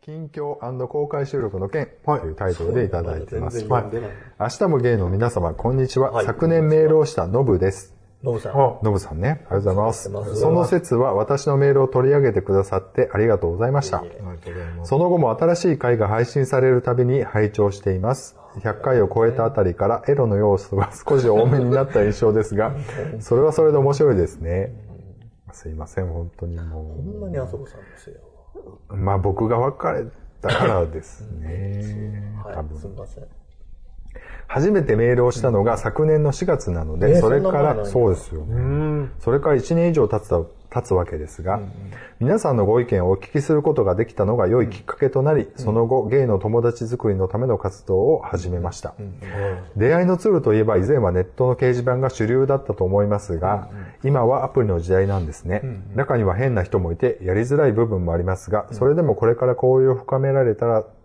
近況&公開収録の件というタイトルでいただいています。明日もゲイの皆様、こんにちは。はい、昨年メールをしたノブです。 ノブさん。 ノブさんね。ありがとうございます。その説は私のメールを取り上げてくださってありがとうございました。その後も新しい回が配信されるたびに拝聴しています。100回を超えたあたりからエロの要素が少し多めになった印象ですが、それはそれで面白いですね。すいません、本当にもう。 ほんまにあそこさんですよ。 まあ僕が別れたからですね。 はい、 多分。 すみません。 初めてメールをしたのが昨年の4月なので、それから、そうですよ。それから1年以上経つわけですが、皆さんのご意見をお聞きすることができたのが良いきっかけとなり、その後、ゲイの友達作りのための活動を始めました。出会いのツールといえば以前はネットの掲示板が主流だったと思いますが、今はアプリの時代なんですね。中には変な人もいて、やりづらい部分もありますが、それでもこれから交流を深めら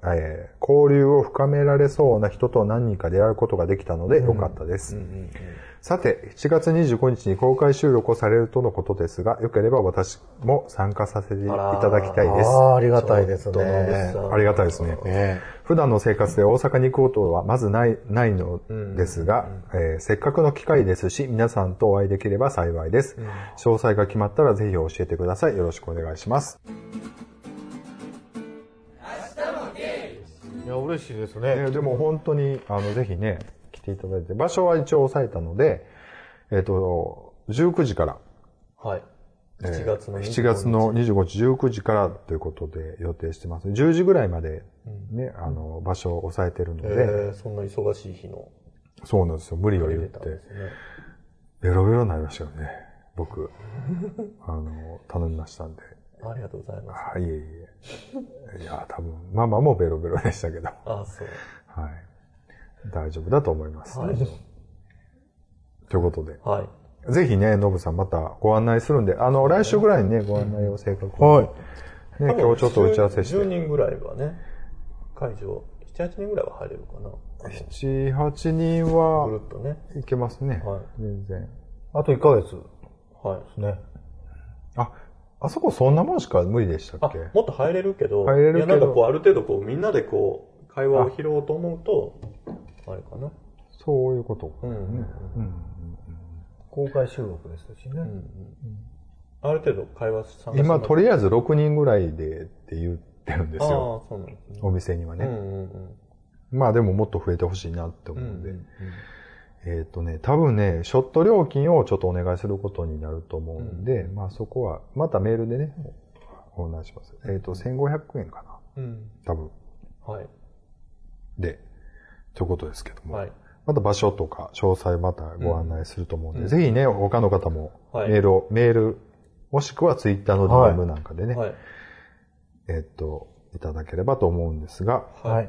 れそうな人と何人か出会うことができたので良かったです。さて、7月25日に公開収録をされるとのことですが、よければ私も参加させていただきたいです。 ありがたいですね。 ありがたいですね。普段の生活で大阪に行くことはまずないのですが、せっかくの機会ですし、皆さんとお会いできれば幸いです。詳細が決まったらぜひ教えてください。よろしくお願いします。 いや、嬉しいですね。 でも本当に、ぜひね、来ていただいて、場所は一応押さえたので、19時から、 はい。7月の 25日19時からということで予定してます。10時ぐらいまでね、場所を押さえてるので。 そんな忙しい日の。 そうなんですよ。無理を言って。ベロベロになりましたよね。僕。頼みましたんで。 ありがとうございます。 いえいえ。いや、多分、ママもベロベロでしたけど。 そう。 はい。大丈夫だと思います。 はい。 ということで。 はい。 ぜひね、ノブさんまたご案内するんで、来週ぐらいにね、ご案内を正確に。 はい。 ね、今日ちょっと打ち合わせして。 10人ぐらいはね、会場、7、8人ぐらいは入れるかな。 7、8人は、 ぐるっとね。 いけますね。 はい。 全然。 あと1ヶ月。 はい。 ですね。 あそこそんなもんしか無理でしたっけ？ もっと入れるけど、 入れるけど。 いや、なんかこう、ある程度こう、みんなでこう、会話を拾おうと思うと、あれかな。 そういうことかね。 公開収録ですしね。 ある程度会話参加今、とりあえず6人ぐらいでって言ってるんですよ。 そうなんですね。 お店にはね。まあでももっと増えてほしいなって思うんで。多分ね、ショット料金をちょっとお願いすることになると思うんで、まあそこは、またメールでね、お願いします。1500円かな。多分。 はい。 で、ということですけども。 はい。 また場所とか詳細またご案内すると思うんで、ぜひね、他の方もメール、もしくはツイッターの DM なんかでね、いただければと思うんですが、 はい。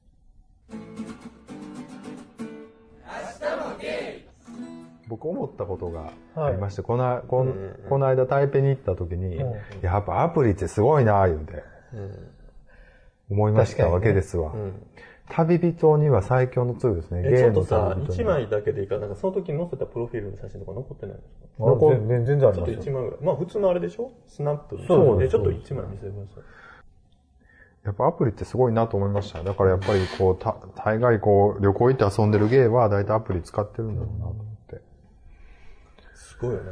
僕思ったことがありまして、この間台北に行った時に、やっぱアプリってすごいなぁ言うて、思いましたわけですわ。旅人には最強のツールですね。 ちょっとさ、1枚だけでいいから、なんかその時に載せたプロフィールの写真とか残ってないんですか？ 全然ありますよ。 ちょっと1枚ぐらい。まあ普通のあれでしょ？スナップ。そうでちょっと1枚見せてください。 やっぱアプリってすごいなと思いました。だからやっぱりこう、大概こう、旅行行って遊んでるゲイは大体アプリ使ってるんだろうなと思って。 すごいよね。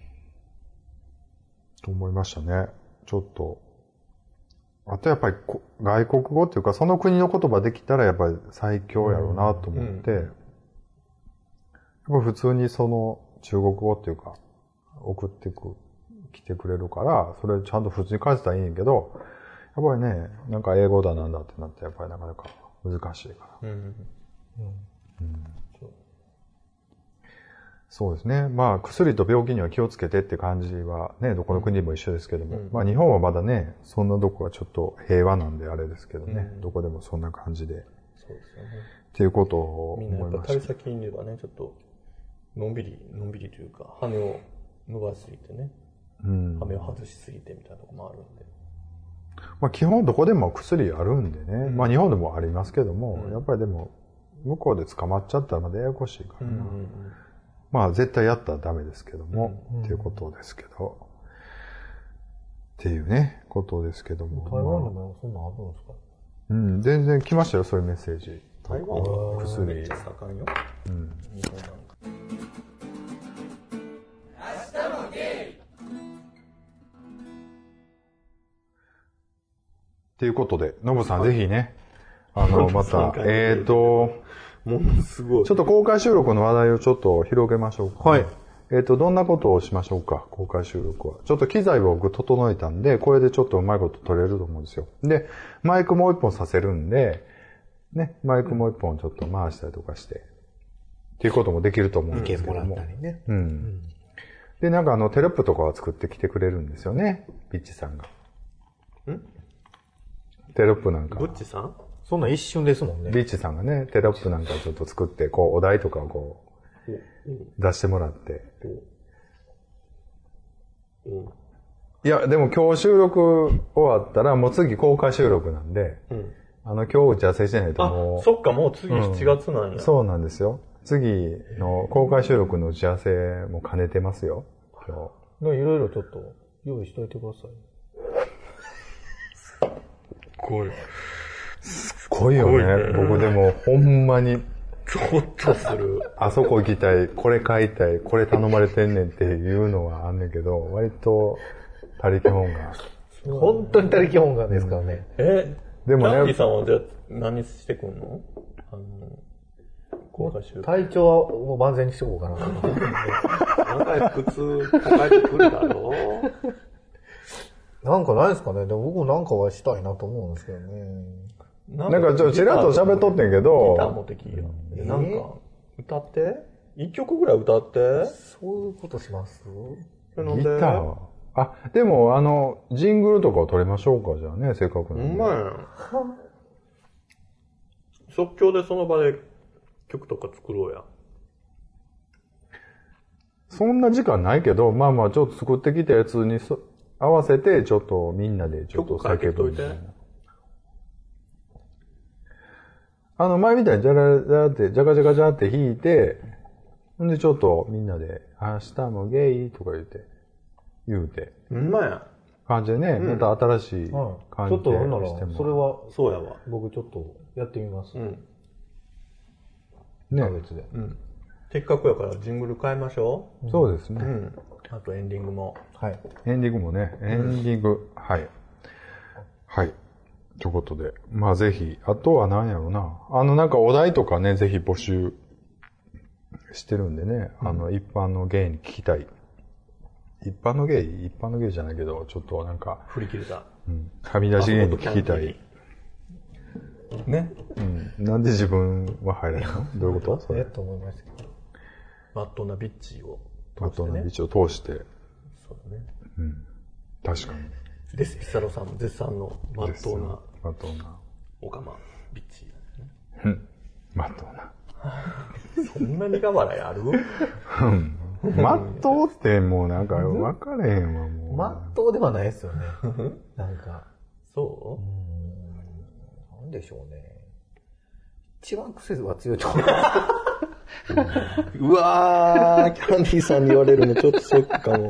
と思いましたね。ちょっと。あとやっぱり外国語っていうかその国の言葉できたらやっぱり最強やろうなと思って、やっぱ普通にその中国語っていうか来てくれるから、それちゃんと普通に返せたらいいんやけど、やっぱりね、なんか英語だなんだってなってやっぱりなかなか難しいから。そうですね。まあ、薬と病気には気をつけてって感じはね、どこの国でも一緒ですけども。まあ、日本はまだね、そんなとこはちょっと平和なんであれですけどね。どこでもそんな感じで。 そうですよね。 っていうことを思いました。 みんなやっぱ旅先にはね、ちょっと、のんびりというか、羽を伸ばしすぎてね。羽を外しすぎてみたいなとこもあるんで。 まあ、基本どこでも薬あるんでね。まあ、日本でもありますけども、やっぱりでも、向こうで捕まっちゃったらまだややこしいからな。まあ絶対やったらダメですけども、っていうことですけど。 っていうね、ことですけども。 台湾でもそんなのあるんですか？ うん、全然来ましたよ、そういうメッセージ。 台湾は薬めっちゃ盛んよ。 うん。 日本なんか。明日もゲイっていうことで、ノブさんぜひね、また、ものすごい。 ちょっと公開収録の話題をちょっと広げましょうか。 はい。 どんなことをしましょうか、公開収録は。ちょっと機材を僕整えたんで、これでちょっとうまいこと撮れると思うんですよ。で、マイクもう一本させるんで、ね、マイクもう一本ちょっと回したりとかして、っていうこともできると思うんですけども。 意見もらったりね。 うん。で、なんかテロップとかは作ってきてくれるんですよね、ビッチさんが。テロップなんか。 ブッチさん？ そんな一瞬ですもんね。 ビッチさんがね、テロップなんかちょっと作って、こう、お題とかをこう、出してもらって。いや、でも今日収録終わったら、もう次公開収録なんで、今日打ち合わせしてないともう。 あ、そっか、もう次7月なんや。 そうなんですよ。次の公開収録の打ち合わせも兼ねてますよ。今日。いろいろちょっと用意しといてください。 すごいよね。僕でもほんまに。 ゾッとする。 あそこ行きたい、これ買いたい、これ頼まれてんねんっていうのはあんねんけど、割と、他力本願。 本当に他力本願ですからね。 でもね。 キャンディさんはじゃあ何してくんの？ 体調はもう万全にしておこうかなと思って。 長い靴抱えてくるだろなんかないですかね。でも僕なんかはしたいなと思うんですけどね。 なんかちらっと喋っとってんけど。 ギター持ってきよ。なんか、歌って？一曲ぐらい歌って？ そういうことします？ ギターあ、でもジングルとかを撮りましょうか、じゃあね、せっかくなんで。 うまい。即興でその場で曲とか作ろうや。 そんな時間ないけど、まあまあちょっと作ってきたやつに合わせて、ちょっとみんなでちょっと叫ぶみたいな。前みたいにジャラジャラって、ジャカジャカジャって弾いて、ほんでちょっとみんなで、明日もゲイとか言うて。 うんまや。 感じでね、また新しい感じでしても。 ちょっとなんなら、それは、 そうやわ。 僕ちょっとやってみます。 ね。 別で。 せっかくやからジングル変えましょう。そうですね。 あとエンディングも。 はい。 エンディングもね、はい。はい。ということで、まあぜひ、あとは何やろうな。なんかお題とかね、ぜひ募集してるんでね、一般のゲイに聞きたい。一般のゲイじゃないけど、ちょっとなんか、 振り切れた。 はみ出しゲイに聞きたい。 ね。 なんで自分は入らないの？どういうこと？ と思いましたけど。 マットなビッチを通して、ね。マットなビッチを通して。 そうだね。 確かに。 デスピサロさんも絶賛のマットな。 マットな。 オカマビッチ。 マットな。 そんな苦笑いある？ マットってもうなんか分かれへんわ、もう。 マットではないですよね。なんか。 そう？ なんでしょうね。一番癖は強いと思う。 うわー、キャンディーさんに言われるのちょっとショックかも。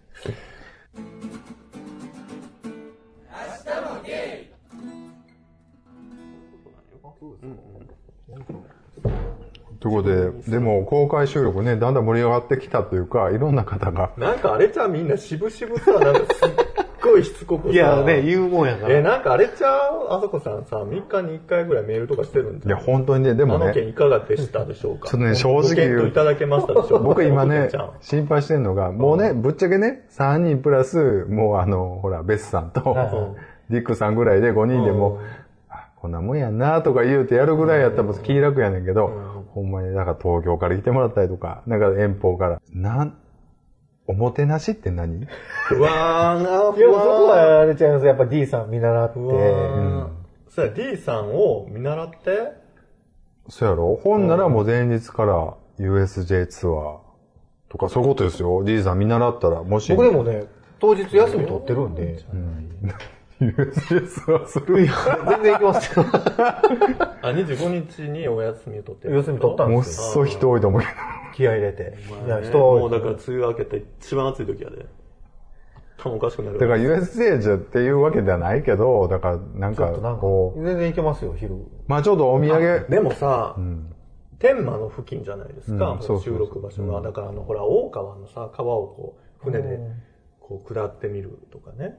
ということで、でも公開収録ね、だんだん盛り上がってきたというか、いろんな方が。 なんかあれちゃうみんな渋々さ、なんかすっごいしつこくさ。 いやね、言うもんやから。 なんかあれちゃうあそこさんさ、3日に1回ぐらいメールとかしてるんじゃん。 いや、本当にね、でもね。 件いかがでしたでしょうか。 ちょっとね、正直言う。 いただけましたでしょうか。 僕今ね、心配してるのが、もうね、ぶっちゃけね、3人プラス、もうほら、ベスさんと、ディックさんぐらいで5人でも、こんなもんやんなとか言うてやるぐらいやったら気楽やねんけど、ほんまに、だから東京から来てもらったりとか、なんか遠方から。おもてなしって何？ うわーなー。 いや、そこはあれちゃいます。やっぱ D さん見習って。 そうや、D さんを見習って。 そうやろ？ほんならもう前日から USJ ツアーとかそういうことですよ。D さん見習ったら、もし。 僕でもね、当日休み取ってるんで。 USJ ツアーする？ いや、全然行きますよ。 25日にお休みを取ってる。 休み取ったんですよ。 もっそ人多いと思うけど。 気合入れて。 いや、人もうだから梅雨明けて一番暑い時やで。 頭おかしくなる。 だから USJ っていうわけではないけど、だからなんかこう。全然行けますよ、昼。 まあちょっとお土産。 でもさ、天満の付近じゃないですか、収録場所が。だからほら、大川のさ、川をこう、船でこう下ってみるとかね。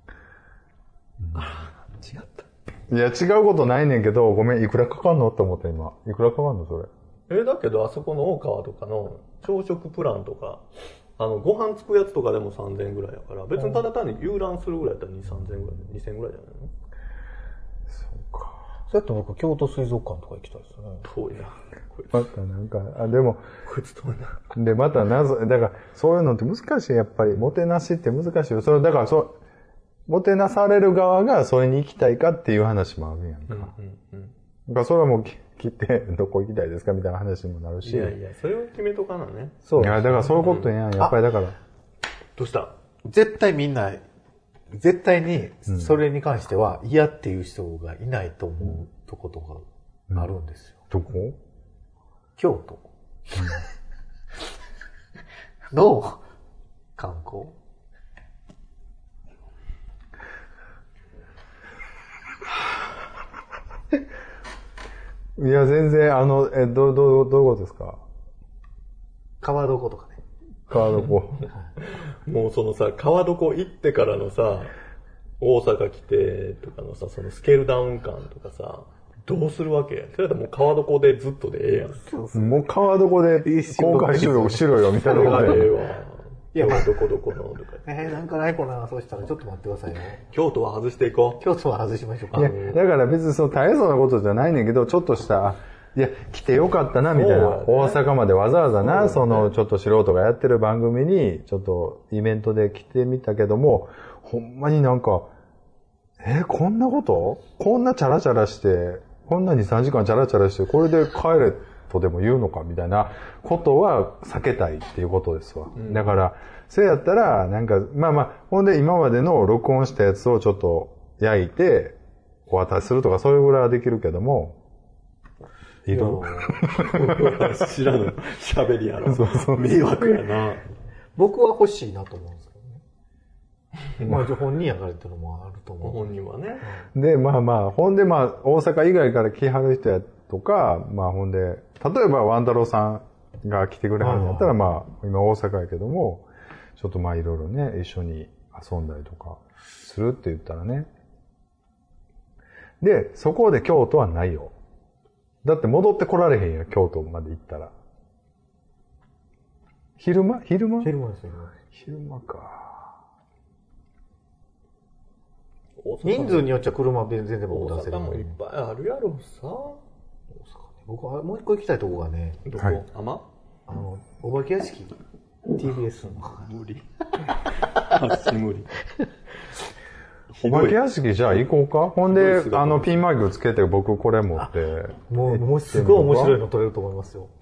違った。 いや、違うことないねんけど、ごめん、いくらかかんのって思った今。いくらかかんのそれ。 だけど、あそこの大川とかの朝食プランとか、ご飯つくやつとかでも3000円ぐらいやから、別にただ単に遊覧するぐらいやったら2、3000円ぐらい、2000円ぐらいじゃないの？ そうか。 そうやって僕、京都水族館とか行きたいですね。 遠いな。 またなんか、でも、 こいつ遠いな。 で、また謎、だから、そういうのって難しい、やっぱり。もてなしって難しいよ。だからもてなされる側がそれに行きたいかっていう話もあるやんか。だからそれはもう来て、どこ行きたいですかみたいな話にもなるし。 いやいや、それを決めとかなね。 そう。いや、だからそういうことやん。やっぱりだから。 どうした？ 絶対みんな、絶対に、それに関しては嫌っていう人がいないと思うとことがあるんですよ。 どこ？ 京都。の観光。 いや、全然、どういうことですか？ 川床とかね。 川床。 もうそのさ、川床行ってからのさ、大阪来てとかのさ、そのスケールダウン感とかさ、どうするわけ？それだともう川床でずっとでええやん。 もう川床で公開収録しろよ、みたいなことで。 いや、まあ、どこのとか。 なんかないかな。そうしたらちょっと待ってくださいね。 京都は外していこう。 京都は外しましょうか。 いや、だから別に大変そうなことじゃないねんけど、ちょっとした、いや、来てよかったな、みたいな。大阪までわざわざな、ちょっと素人がやってる番組に、ちょっとイベントで来てみたけども、ほんまになんか、こんなことこんなチャラチャラして、こんな2、3時間チャラチャラして、これで帰れとでも言うのかみたいなことは避けたいっていうことですわ。だから、それやったら、なんか、ほんで今までの録音したやつをちょっと焼いて、お渡しするとかそういうぐらいはできるけども、いる知らぬ喋りやろ。そう迷惑やな。 僕は欲しいなと思うんですけどね。まあ、本人やからっていうのもあると思う。 本人はね。 で、ほんで大阪以外から来はる人やとか、ほんで、例えばワンダローさんが来てくれはるんやったら、今大阪やけども、ちょっといろいろね、一緒に遊んだりとかするって言ったらね。で、そこで京都はないよ。だって戻ってこられへんや、京都まで行ったら。昼間ですよ。 昼間か。 人数によっちゃ車全然僕出せる。 大阪もいっぱいあるやろさ。大阪ね。 僕はもう一個行きたいとこがね。 どこ？浜？ お化け屋敷。TBS の。 無理。足無理。 お化け屋敷じゃあ行こうか。ほんで、ピンマイクつけて僕これ持って。 もうすごい面白いの撮れると思いますよ。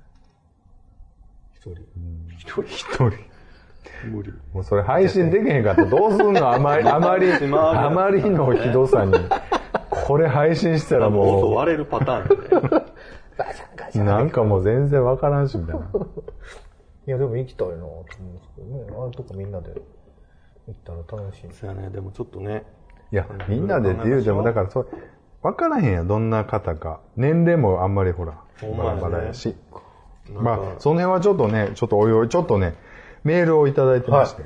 一人。 無理。 もうそれ配信できへんかったらどうすんの？あまりのひどさに。これ配信したらもう。割れるパターンね。なんかもう全然わからんし、みたいな。 いや、でも行きたいなと思うんですけどね。あのとこみんなで行ったら楽しい。 そうやね、でもちょっとね。 いや、みんなでって言うても、だからわからへんやん、どんな方か。年齢もあんまりほら、バラバラやし。その辺はちょっとね、ちょっとね、メールをいただいてまして。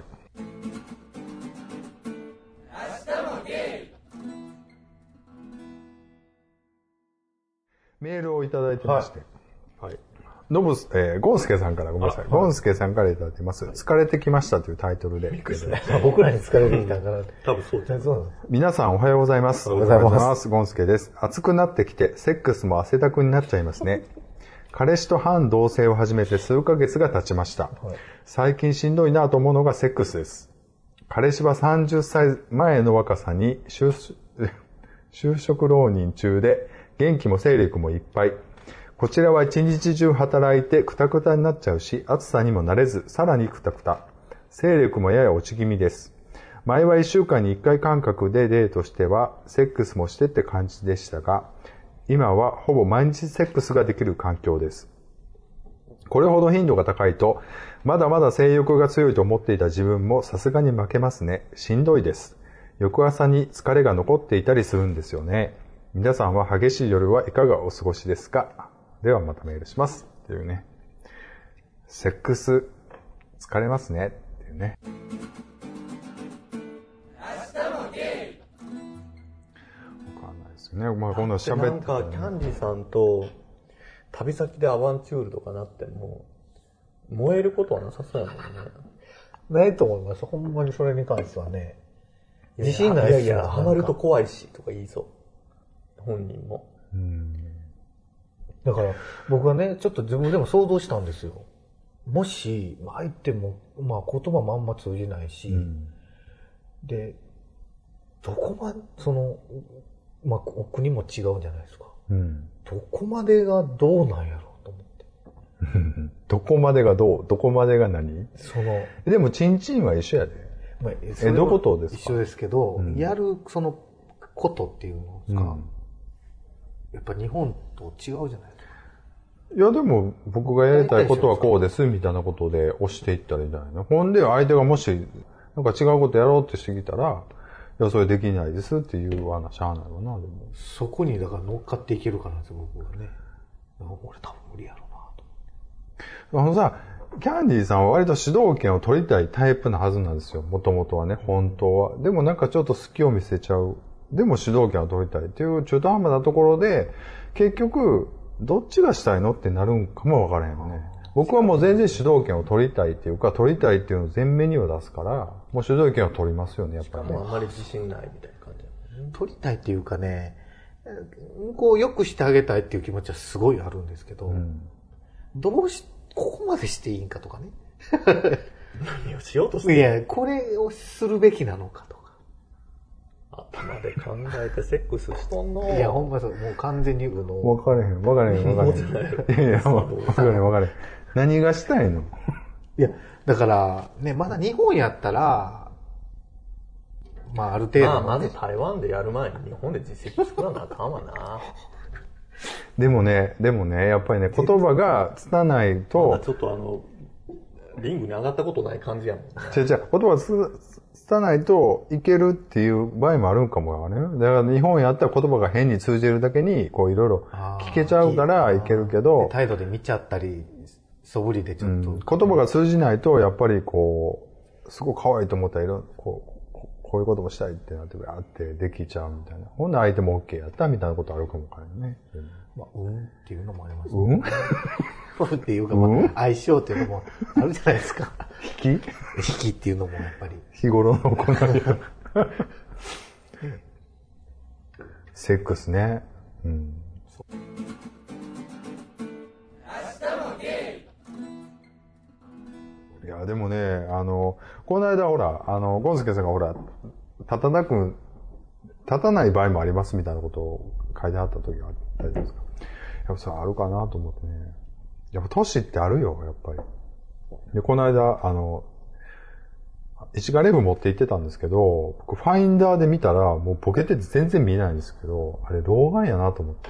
メールをいただいてまして。はい。ゴンスケさんからごめんなさい。ゴンスケさんからいただいてます。疲れてきましたというタイトルで。 僕らに疲れてきたから。 多分そうです。 皆さんおはようございます。 おはようございます。 ゴンスケです。暑くなってきて、セックスも汗だくになっちゃいますね。彼氏と反同棲を始めて数ヶ月が経ちました。最近しんどいなと思うのがセックスです。彼氏は30歳前の若さに就職浪人中で、元気も精力もいっぱい。こちらは一日中働いてクタクタになっちゃうし、暑さにも慣れず、さらにクタクタ。精力もやや落ち気味です。前は1週間に1回間隔でデートしては、セックスもしてって感じでしたが、今はほぼ毎日セックスができる環境です。 これほど頻度が高いと、まだまだ性欲が強いと思っていた自分もさすがに負けますね。しんどいです。翌朝に疲れが残っていたりするんですよね。皆さんは激しい夜はいかがお過ごしですか？ではまたメールします。っていうね。セックス疲れますね。っていうね。わかんないですよね。まあこんな喋って、 なんかキャンディさんと旅先でアバンチュールとかなっても燃えることはなさそうやもんね。 ないと思います。ほんまにそれに関してはね。自信ないっすよ。 いや、ハマると怖いしとか言いそう。本人も。 だから僕はね、ちょっと自分でも想像したんですよ。もし、相手も、まあ言葉もあんま通じないし、で、どこまで、まあ国も違うんじゃないですか。どこまでがどうなんやろうと思って。 どこまでがどこまでが何？でもチンチンは一緒やで。 まあ、 どことですか？ 一緒ですけど、やることっていうのが、やっぱ日本と違うじゃないですか。 いやでも僕がやりたいことはこうですみたいなことで押していったらいいんじゃないの？ほんで相手がもしなんか違うことやろうってしてきたら、いやそれできないですっていう話しゃあないわな。でもそこにだから乗っかっていけるかなんですよ僕はね。俺多分無理やろうなと。 さ、キャンディーさんは割と主導権を取りたいタイプのはずなんですよ。もともとはね、本当は。でもなんかちょっと隙を見せちゃう。でも主導権を取りたいっていう中途半端なところで、結局、どっちがしたいのってなるんかもわからへんよね。僕はもう全然主導権を取りたいっていうか、取りたいっていうのを前面には出すから、もう主導権を取りますよね、やっぱりね。 しかもあんまり自信ないみたいな感じ。 取りたいっていうかね、こう良くしてあげたいっていう気持ちはすごいあるんですけど、ここまでしていいんかとかね。 何をしようとしてる？ いや、これをするべきなのかとか。 頭で考えてセックスしとんの？ いや、ほんまそう、もう完全にわかれへん。いやいや、わかれへん。何がしたいの？ いや、だから、ね、まだ日本やったら、まあある程度、 まず台湾でやる前に日本で実績作らなあかんわな。 でもね、やっぱりね、言葉が拙いと。 まだちょっとリングに上がったことない感じやもんね。 言葉拙いといけるっていう場合もあるんかもね。だから日本やったら言葉が変に通じるだけに、こういろいろ聞けちゃうからいけるけど。 態度で見ちゃったり、素振りでちょっと。 言葉が通じないと、やっぱりこう、すごい可愛いと思ったらこういうこともしたいってなって、あってできちゃうみたいな。ほんで相手も OK やったみたいなことあるかもわからないね。 まあ、っていうのもありますね。っていうか、相性っていうのもあるじゃないですか。 引きっていうのもやっぱり。 日頃の行い。セックスね。いや、でもね、この間ほら、ゴンスケさんがほら、立たない場合もありますみたいなことを書いてあった時があったじゃないですか。やっぱそれあるかなと思ってね。やっぱ年ってあるよ、やっぱり。で、この間、一眼レフ持って行ってたんですけど、僕ファインダーで見たら、もうボケてて全然見えないんですけど、あれ老眼やなと思って。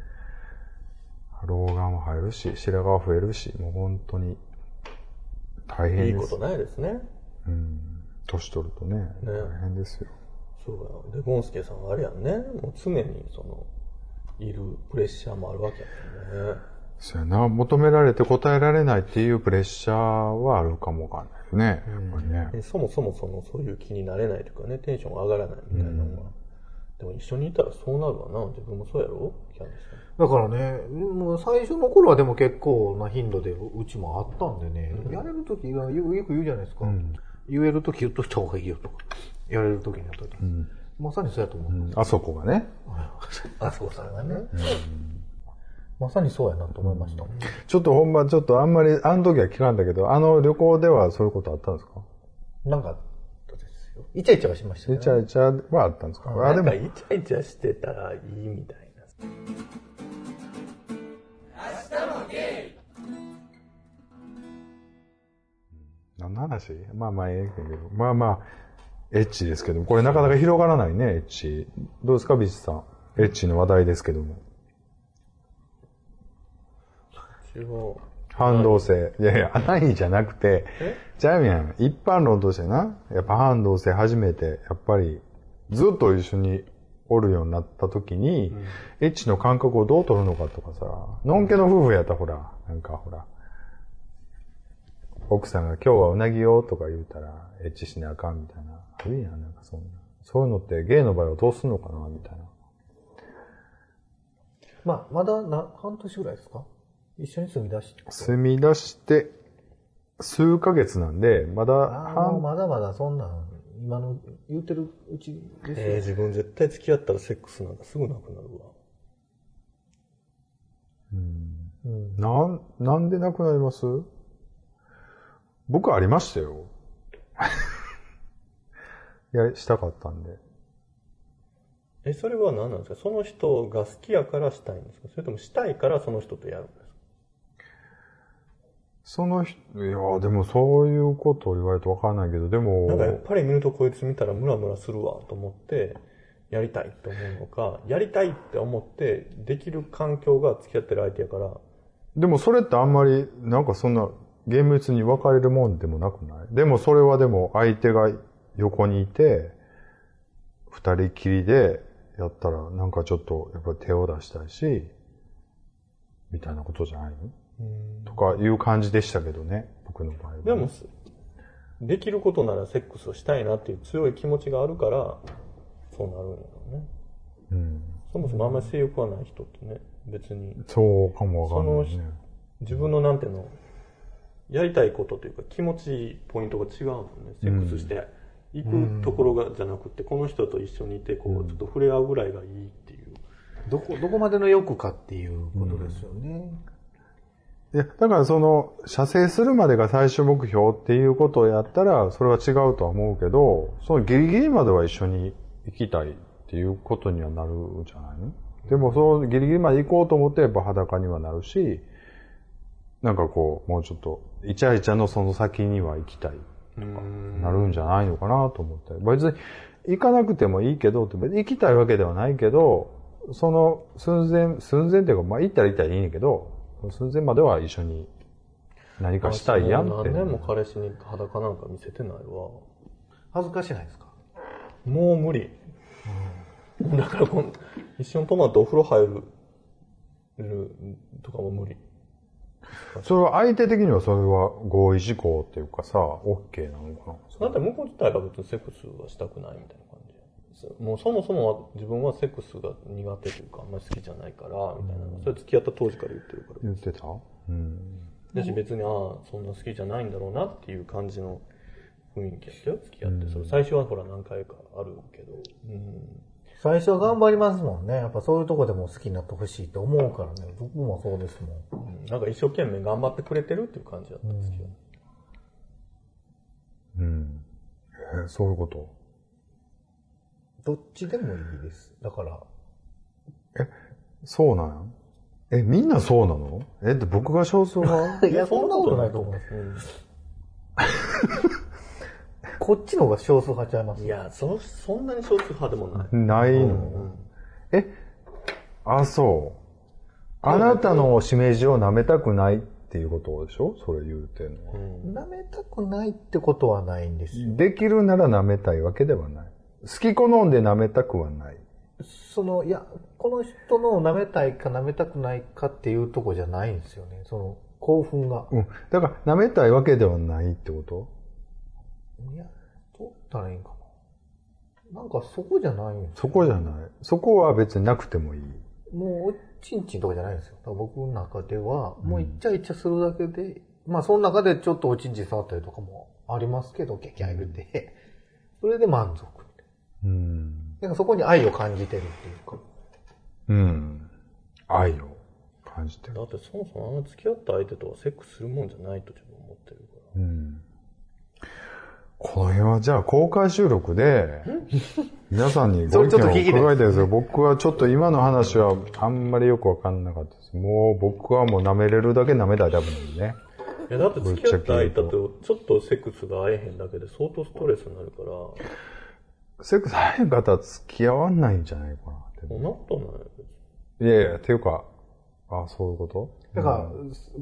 老眼も入るし、白髪増えるし、もう本当に大変です。 いいことないですね。 年取るとね、大変ですよ。 そうや。で、ゴンスケさんはあれやんね。もう常にいるプレッシャーもあるわけやもんね。 そうやな。求められて答えられないっていうプレッシャーはあるかもわかんないですね。やっぱりね。 そもそもそういう気になれないというかね、テンションが上がらないみたいなのは。でも一緒にいたらそうなるわな。自分もそうやろ？キャンディさん。 だからね、もう最初の頃はでも結構な頻度でうちもあったんでね、やれるときがよく言うじゃないですか。言えるとき言っといた方がいいよとか。やれるときにやっといた。まさにそうやと思う。 あそこがね。 あそこさんがね。まさにそうやなと思いました。 ちょっとほんま、あんまり、あの時は聞かんだけど、旅行ではそういうことあったんですか？ なんか、ですよ。イチャイチャはしましたね。 イチャイチャはあったんですか？ なんかイチャイチャしてたらいいみたいな。明日もゲイ。 何の話？まあ、ええけど。エッチですけども。これなかなか広がらないね、エッチ。どうですか、ビチさん。エッチの話題ですけども。 反同性。いやいや、ないじゃなくて、じゃあやん、一般論としてな、やっぱ反同性初めて、やっぱり、ずっと一緒におるようになった時に、エッチの感覚をどう取るのかとかさ、のんけの夫婦やったらほら、なんかほら、奥さんが今日はうなぎよとか言うたら、エッチしなあかんみたいな。あるやん、なんかそんな。そういうのってゲイの場合はどうすんのかなみたいな。 まあ、まだ半年ぐらいですか？一緒に住み出して。 住み出して、数ヶ月なんで、まだまだまだそんなん、今の言ってるうちですよ。 自分絶対付き合ったらセックスなんかすぐなくなるわ。なんでなくなります？僕ありましたよ。したかったんで。 それは何なんですか？その人が好きやからしたいんですか？それともしたいからその人とやるんですか？ その人、いや、でもそういうことを言われるとわからないけど、でも。 なんかやっぱり見るとこいつ見たらムラムラするわと思って、やりたいって思うのか、やりたいって思ってできる環境が付き合ってる相手やから。 でもそれってあんまり、なんかそんな厳密に分かれるもんでもなくない？でもそれはでも相手が横にいて、二人きりでやったらなんかちょっとやっぱり手を出したいし、みたいなことじゃないの？とかいう感じでしたけどね、僕の場合は。 でも、できることならセックスをしたいなっていう強い気持ちがあるから、そうなるんやろうね。そもそもあんまり性欲はない人ってね、別に。 そうかもわかんないね。 自分のなんていうの、やりたいことというか気持ちいいポイントが違うもんね。セックスして行くところがじゃなくて、この人と一緒にいて、こう、ちょっと触れ合うぐらいがいいっていう。 どこまでの欲かっていうことですよね。 いや、だから射精するまでが最終目標っていうことをやったら、それは違うとは思うけど、そのギリギリまでは一緒に行きたいっていうことにはなるんじゃないの？でもそのギリギリまで行こうと思ってやっぱ裸にはなるし、なんかこう、もうちょっと、イチャイチャのその先には行きたいとか、なるんじゃないのかなと思って。別に行かなくてもいいけど、行きたいわけではないけど、その寸前っていうか、まあ行ったら行ったらいいんやけど、寸前までは一緒に何かしたいやんって。 何年も彼氏に裸なんか見せてないわ。 恥ずかしないですか？ もう無理。だから一緒にトマトお風呂入るとかも無理。 それは相手的にはそれは合意事項っていうかさ、OK なのかな？ だって向こう自体が別にセックスはしたくないみたいな感じ。もうそもそもは自分はセックスが苦手というか、あんまり好きじゃないから、みたいな。それ付き合った当時から言ってるから。 言ってた？ だし別に、そんな好きじゃないんだろうなっていう感じの雰囲気やったよ、付き合って。それ最初はほら何回かあるけど。 最初は頑張りますもんね。やっぱそういうとこでも好きになってほしいと思うからね。僕もそうですもん。 なんか一生懸命頑張ってくれてるっていう感じだったんですけど。 そういうこと？ どっちでもいいです。だから。 そうなんや？みんなそうなの？って僕が少数派？ いや、そんなことないと思います。こっちの方が少数派ちゃいます？ いや、そんなに少数派でもない。 ないの？そう。あなたのしめじを舐めたくないっていうことでしょ？それ言うてんのは。 舐めたくないってことはないんですよ。 できるなら舐めたいわけではない。好き好んで舐めたくはない。 いや、この人の舐めたいか舐めたくないかっていうとこじゃないんですよね。興奮が。 だから舐めたいわけではないってこと？ いや、どう言ったらいいんかな。なんかそこじゃないんですよ。 そこじゃない。そこは別になくてもいい。 もう、おちんちんとかじゃないんですよ。僕の中では、もうイチャイチャするだけで、まあその中でちょっとおちんちん触ったりとかもありますけど、キャキャ言うて、それで満足。なんかそこに愛を感じてるっていうか。 愛を感じてる。 だってそもそも付き合った相手とはセックスするもんじゃないと自分思ってるから。 この辺はじゃあ公開収録で、皆さんにご意見を伺いたいですよ。僕はちょっと今の話はあんまりよくわかんなかったです。もう僕はもう舐めれるだけ舐めたいタイプなんでね。 いやだって付き合った相手とちょっとセックスが合えへんだけで相当ストレスになるから。 セックス合えん方は付き合わないんじゃないかなって。 そんなことない。 いやいや、っていうか、そういうこと？ だから、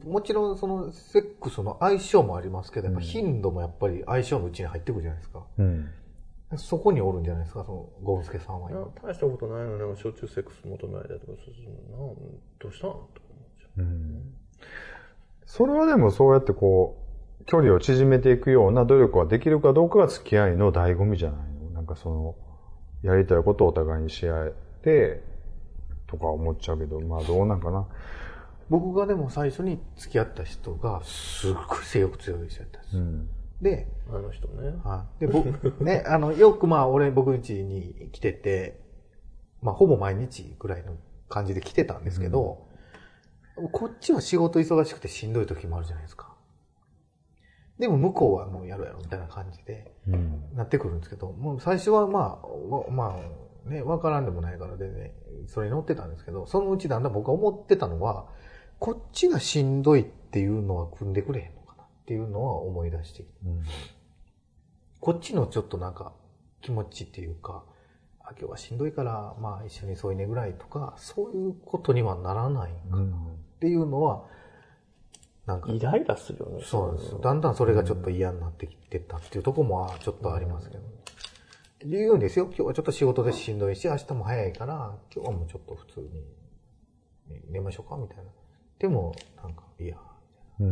もちろんそのセックスの相性もありますけど、やっぱ頻度もやっぱり相性のうちに入ってくるじゃないですか。そこにおるんじゃないですか、そのゴンスケさんは。 大したことないのにしょっちゅうセックス求められたりとかするのどうしたんと思っちゃう。 それはでもそうやってこう距離を縮めていくような努力ができるかどうかが付き合いの醍醐味じゃないの。なんかそのやりたいことをお互いにし合えてとか思っちゃうけど、まあどうなんかな。 僕がでも最初に付き合った人がすっごい性欲強い人やったんです。で、 あの人ね。 で、僕、ね、よく僕ん家に来てて、ほぼ毎日ぐらいの感じで来てたんですけど、こっちは仕事忙しくてしんどい時もあるじゃないですか。でも向こうはもうやるやろみたいな感じで、なってくるんですけど、もう最初はね、わからんでもないからでね、それに乗ってたんですけど、そのうちだんだん僕が思ってたのは、こっちがしんどいっていうのは組んでくれへんのかなっていうのは思い出してきて、こっちのちょっとなんか気持ちっていうか、今日はしんどいから一緒に添い寝ぐらいとか、そういうことにはならないんかなっていうのは、なんかイライラするよね。 そうです。だんだんそれがちょっと嫌になってきてたっていうところもちょっとありますけど。言うんですよ。今日はちょっと仕事でしんどいし、明日も早いから、今日はもうちょっと普通に寝ましょうかみたいな。でも、なんか、いや。明日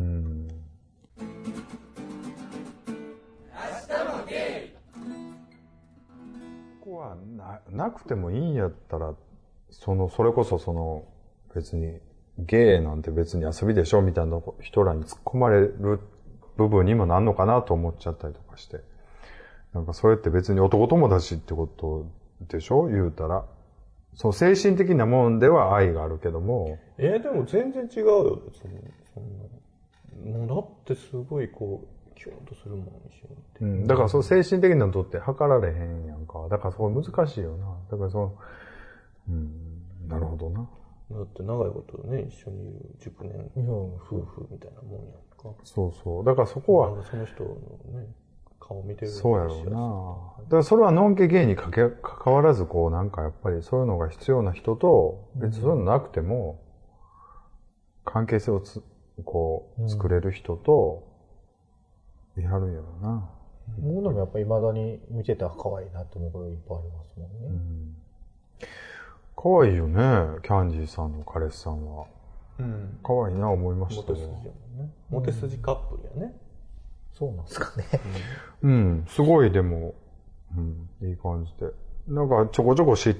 もゲイ。ここはなくてもいいんやったら、それこそ別に、ゲイなんて別に遊びでしょみたいな人らに突っ込まれる部分にもなんのかなと思っちゃったりとかして。なんかそれって別に男友達ってことでしょ言うたら。その精神的なもんでは愛があるけども。 でも全然違うよ、別に。もうだってすごいキュンとするもん、一緒に。 だからその精神的なのとって測られへんやんか。だからそこ難しいよな。だからなるほどな。 だって長いことね、一緒にいる熟年夫婦みたいなもんやんか。 そうそう。だからそこは。 その人のね、顔見てる。 そうやろうな。だからそれはノンケゲイに関わらずなんかやっぱりそういうのが必要な人と、別にそういうのなくても、関係性を作れる人と、やるんやろうな。 僕でもやっぱり未だに見てたら可愛いなって思うこといっぱいありますもんね。 可愛いよね、キャンディーさんの彼氏さんは。可愛いな思いましたね。 モテ筋カップルやね。 そうなんですかね。すごいでも、いい感じで。なんかちょこちょこ嫉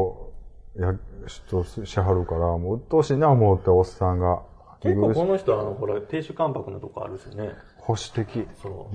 妬しはるから、もう鬱陶しいな思っておっさんが。 結構この人ほら、亭主関白のとこあるしね。 保守的。 そう。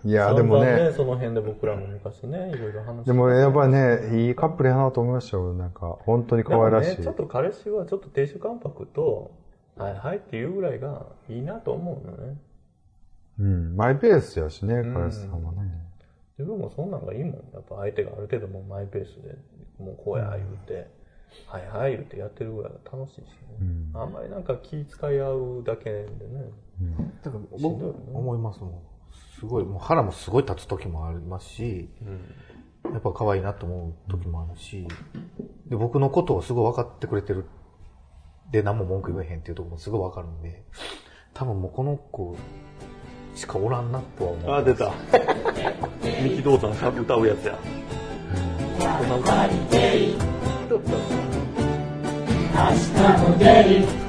いや、でもね。 その辺で僕らも昔ね、いろいろ話して。 でもやっぱりね、いいカップルやなと思いましたよ。なんか、本当に可愛らしい。 ちょっと彼氏はちょっと亭主関白と、はいっていうぐらいがいいなと思うのね。 マイペースやしね、彼氏さんはね。 自分もそんなんがいいもん。やっぱ相手がある程度もうマイペースで、もうこうや言うて、はい言うてやってるぐらいが楽しいしね。あんまりなんか気遣い合うだけでね。 だから僕思いますもん。すごい、もう腹もすごい立つ時もありますし、やっぱ可愛いなと思う時もあるし、で、僕のことをすごい分かってくれてる。で、何も文句言えへんっていうところもすごい分かるんで、多分もうこの子しかおらんなとは思う。 出た。三木道山歌うやつや。こんな歌。明日もゲイ